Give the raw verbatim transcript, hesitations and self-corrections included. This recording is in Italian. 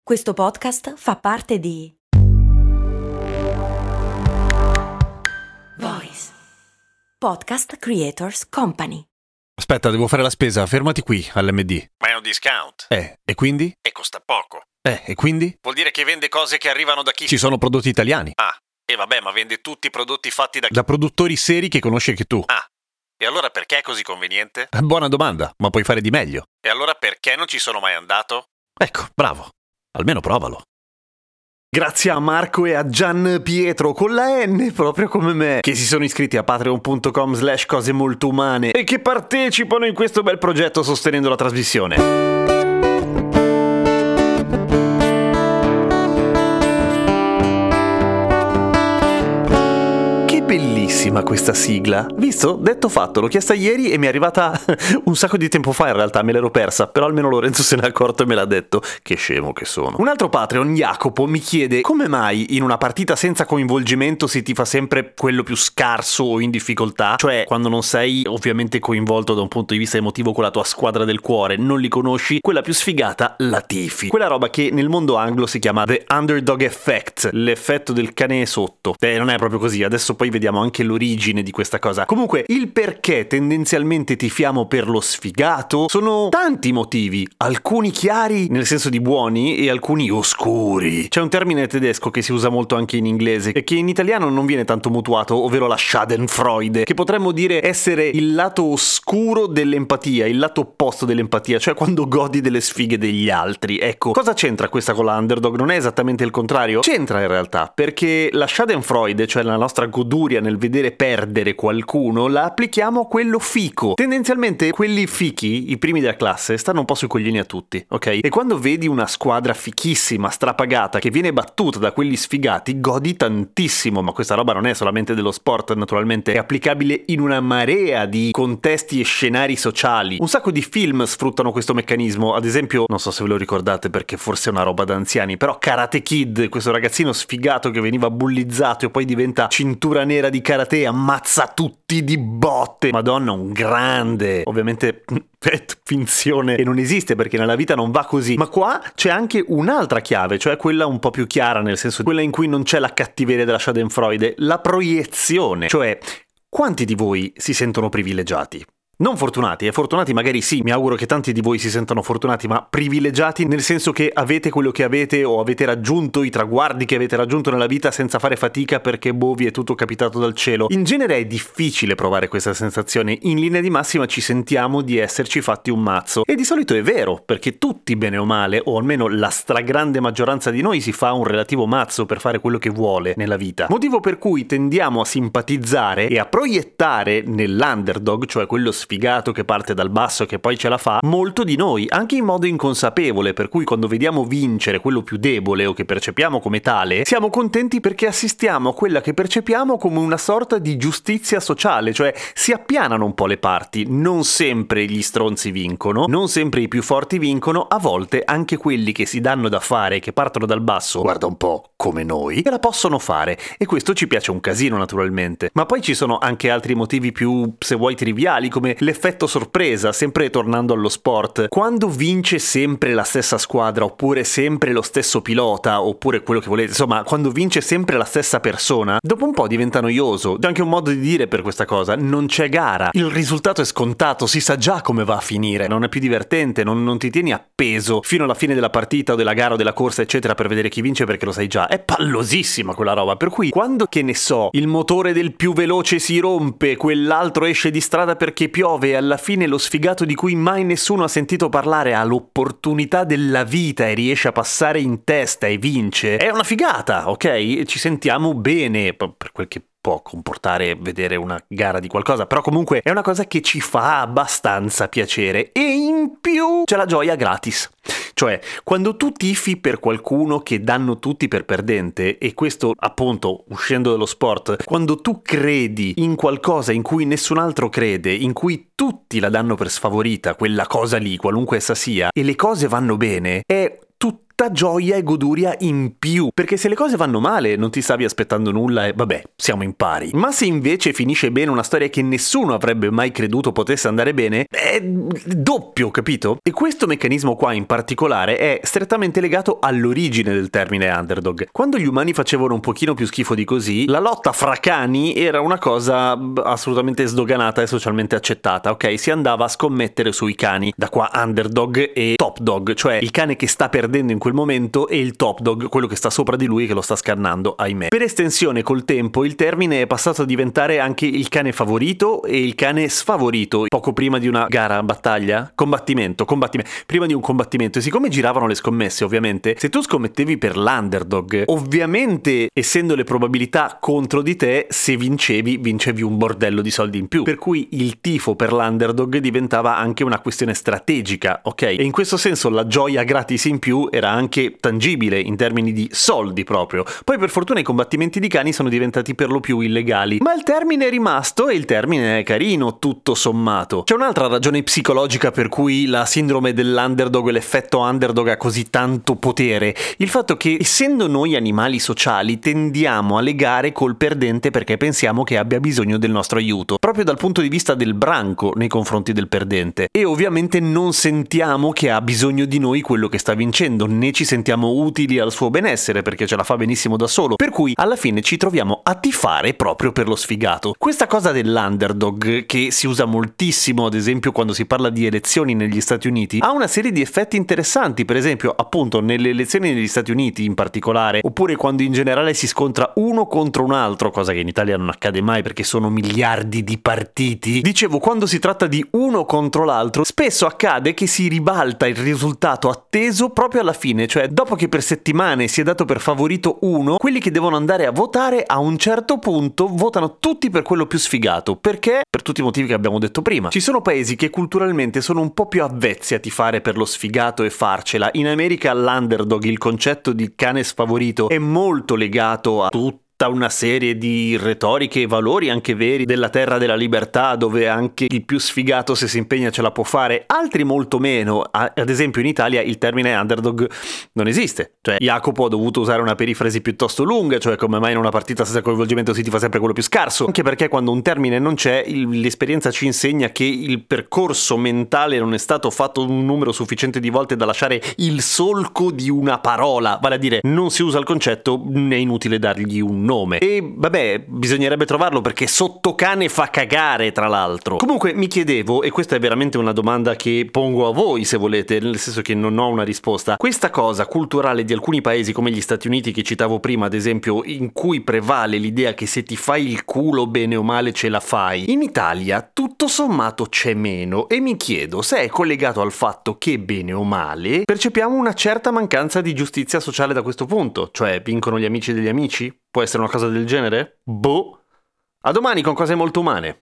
Questo podcast fa parte di Voice Podcast Creators Company. Aspetta, devo fare la spesa, fermati qui all'M D. Ma è un discount. Eh, e quindi? E costa poco. Eh, e quindi? Vuol dire che vende cose che arrivano da chi? Ci sono prodotti italiani. Ah, e vabbè, ma vende tutti i prodotti fatti da chi? Da produttori seri che conosci anche tu. Ah, e allora perché è così conveniente? Buona domanda, ma puoi fare di meglio. E allora perché non ci sono mai andato? Ecco, bravo. Almeno provalo. Grazie a Marco e a Gian Pietro con la N, proprio come me, che si sono iscritti a patreon punto com slash cose molto umane e che partecipano in questo bel progetto sostenendo la trasmissione. Bellissima questa sigla. Visto? Detto fatto, l'ho chiesta ieri e mi è arrivata un sacco di tempo fa in realtà, me l'ero persa, però almeno Lorenzo se n'è accorto e me l'ha detto. Che scemo che sono. Un altro Patreon, Jacopo, mi chiede come mai in una partita senza coinvolgimento si tifa sempre quello più scarso o in difficoltà, cioè quando non sei ovviamente coinvolto da un punto di vista emotivo con la tua squadra del cuore, non li conosci, quella più sfigata la tifi. Quella roba che nel mondo anglo si chiama The Underdog Effect, l'effetto del cane sotto. Eh, non è proprio così, adesso poi vediamo anche l'origine di questa cosa. Comunque, il perché tendenzialmente tifiamo per lo sfigato sono tanti motivi, alcuni chiari nel senso di buoni e alcuni oscuri. C'è un termine tedesco che si usa molto anche in inglese e che in italiano non viene tanto mutuato, ovvero la Schadenfreude, che potremmo dire essere il lato oscuro dell'empatia, il lato opposto dell'empatia, cioè quando godi delle sfighe degli altri. Ecco, cosa c'entra questa con la underdog? Non è esattamente il contrario? C'entra in realtà, perché la Schadenfreude, cioè la nostra goduria nel vedere perdere qualcuno, la applichiamo a quello fico. Tendenzialmente quelli fichi, i primi della classe, stanno un po' sui coglioni a tutti, ok? E quando vedi una squadra fichissima, strapagata, che viene battuta da quelli sfigati, godi tantissimo, ma questa roba non è solamente dello sport, naturalmente è applicabile in una marea di contesti e scenari sociali. Un sacco di film sfruttano questo meccanismo, ad esempio, non so se ve lo ricordate perché forse è una roba da anziani, però Karate Kid, questo ragazzino sfigato che veniva bullizzato e poi diventa cintura nera di karate, ammazza tutti di botte. Madonna, un grande. Ovviamente è finzione e non esiste perché nella vita non va così. Ma qua c'è anche un'altra chiave, cioè quella un po' più chiara, nel senso quella in cui non c'è la cattiveria della Schadenfreude, la proiezione. Cioè, quanti di voi si sentono privilegiati? Non fortunati, e eh? fortunati magari sì, mi auguro che tanti di voi si sentano fortunati, ma privilegiati nel senso che avete quello che avete o avete raggiunto i traguardi che avete raggiunto nella vita senza fare fatica perché boh, vi è tutto capitato dal cielo. In genere è difficile provare questa sensazione, in linea di massima ci sentiamo di esserci fatti un mazzo. E di solito è vero, perché tutti bene o male, o almeno la stragrande maggioranza di noi si fa un relativo mazzo per fare quello che vuole nella vita. Motivo per cui tendiamo a simpatizzare e a proiettare nell'underdog, cioè quello sfigato che parte dal basso e che poi ce la fa, molto di noi, anche in modo inconsapevole, per cui quando vediamo vincere quello più debole o che percepiamo come tale, siamo contenti perché assistiamo a quella che percepiamo come una sorta di giustizia sociale, cioè si appianano un po' le parti, non sempre gli stronzi vincono, non sempre i più forti vincono, a volte anche quelli che si danno da fare e che partono dal basso, guarda un po' come noi, e la possono fare, e questo ci piace un casino naturalmente. Ma poi ci sono anche altri motivi più, se vuoi, triviali, come l'effetto sorpresa, sempre tornando allo sport. Quando vince sempre la stessa squadra, oppure sempre lo stesso pilota, oppure quello che volete, insomma, quando vince sempre la stessa persona, dopo un po' diventa noioso. C'è anche un modo di dire per questa cosa: non c'è gara, il risultato è scontato, si sa già come va a finire, non è più divertente, non, non ti tieni appeso fino alla fine della partita o della gara o della corsa eccetera per vedere chi vince perché lo sai già. È pallosissima quella roba, per cui quando, che ne so, il motore del più veloce si rompe, quell'altro esce di strada perché piove e alla fine lo sfigato di cui mai nessuno ha sentito parlare ha l'opportunità della vita e riesce a passare in testa e vince, è una figata, ok? Ci sentiamo bene per quel che può comportare vedere una gara di qualcosa, però comunque è una cosa che ci fa abbastanza piacere e in più c'è la gioia gratis. Cioè, quando tu tifi per qualcuno che danno tutti per perdente, e questo appunto uscendo dallo sport, quando tu credi in qualcosa in cui nessun altro crede, in cui tutti la danno per sfavorita, quella cosa lì, qualunque essa sia, e le cose vanno bene, è tutt'altro tutta gioia e goduria in più, perché se le cose vanno male non ti stavi aspettando nulla e vabbè, siamo in pari. Ma se invece finisce bene una storia che nessuno avrebbe mai creduto potesse andare bene, è doppio, capito? E questo meccanismo qua in particolare è strettamente legato all'origine del termine underdog. Quando gli umani facevano un pochino più schifo di così, la lotta fra cani era una cosa assolutamente sdoganata e socialmente accettata, ok? Si andava a scommettere sui cani, da qua underdog e top dog, cioè il cane che sta perdendo in quel momento e il top dog, quello che sta sopra di lui che lo sta scannando, ahimè. Per estensione col tempo il termine è passato a diventare anche il cane favorito e il cane sfavorito, poco prima di una gara, battaglia, combattimento, combattimento, prima di un combattimento. E siccome giravano le scommesse, ovviamente, se tu scommettevi per l'underdog, ovviamente essendo le probabilità contro di te, se vincevi, vincevi un bordello di soldi in più, per cui il tifo per l'underdog diventava anche una questione strategica, ok? E in questo senso la gioia gratis in più era anche tangibile in termini di soldi proprio. Poi per fortuna i combattimenti di cani sono diventati per lo più illegali, ma il termine è rimasto e il termine è carino tutto sommato. C'è un'altra ragione psicologica per cui la sindrome dell'underdog e l'effetto underdog ha così tanto potere: il fatto che, essendo noi animali sociali, tendiamo a legare col perdente perché pensiamo che abbia bisogno del nostro aiuto, proprio dal punto di vista del branco nei confronti del perdente, e ovviamente non sentiamo che ha bisogno di noi quello che sta vincendo, né ci sentiamo utili al suo benessere perché ce la fa benissimo da solo, per cui alla fine ci troviamo a tifare proprio per lo sfigato. Questa cosa dell'underdog, che si usa moltissimo ad esempio quando si parla di elezioni negli Stati Uniti, ha una serie di effetti interessanti, per esempio appunto nelle elezioni negli Stati Uniti in particolare, oppure quando in generale si scontra uno contro un altro, cosa che in Italia non accade mai perché sono miliardi di partiti. Dicevo, quando si tratta di uno contro l'altro, spesso accade che si ribalta il risultato atteso proprio alla fine, cioè dopo che per settimane si è dato per favorito uno, quelli che devono andare a votare a un certo punto votano tutti per quello più sfigato. Perché? Per tutti i motivi che abbiamo detto prima. Ci sono paesi che culturalmente sono un po' più avvezzi a tifare per lo sfigato e farcela. In America l'underdog, il concetto di cane sfavorito, è molto legato a tutto una serie di retoriche e valori anche veri della terra della libertà, dove anche il più sfigato se si impegna ce la può fare, altri molto meno. Ad esempio in Italia il termine underdog non esiste, cioè Jacopo ha dovuto usare una perifrasi piuttosto lunga, cioè come mai in una partita senza coinvolgimento si tifa sempre quello più scarso, anche perché quando un termine non c'è il, l'esperienza ci insegna che il percorso mentale non è stato fatto un numero sufficiente di volte da lasciare il solco di una parola, vale a dire non si usa il concetto, è inutile dargli un nome. E vabbè, bisognerebbe trovarlo perché sottocane fa cagare, tra l'altro. Comunque mi chiedevo, e questa è veramente una domanda che pongo a voi se volete, nel senso che non ho una risposta, questa cosa culturale di alcuni paesi come gli Stati Uniti che citavo prima ad esempio, in cui prevale l'idea che se ti fai il culo bene o male ce la fai, in Italia tutto sommato c'è meno, e mi chiedo se è collegato al fatto che bene o male percepiamo una certa mancanza di giustizia sociale da questo punto, cioè vincono gli amici degli amici? Può essere una cosa del genere? Boh. A domani con cose molto umane.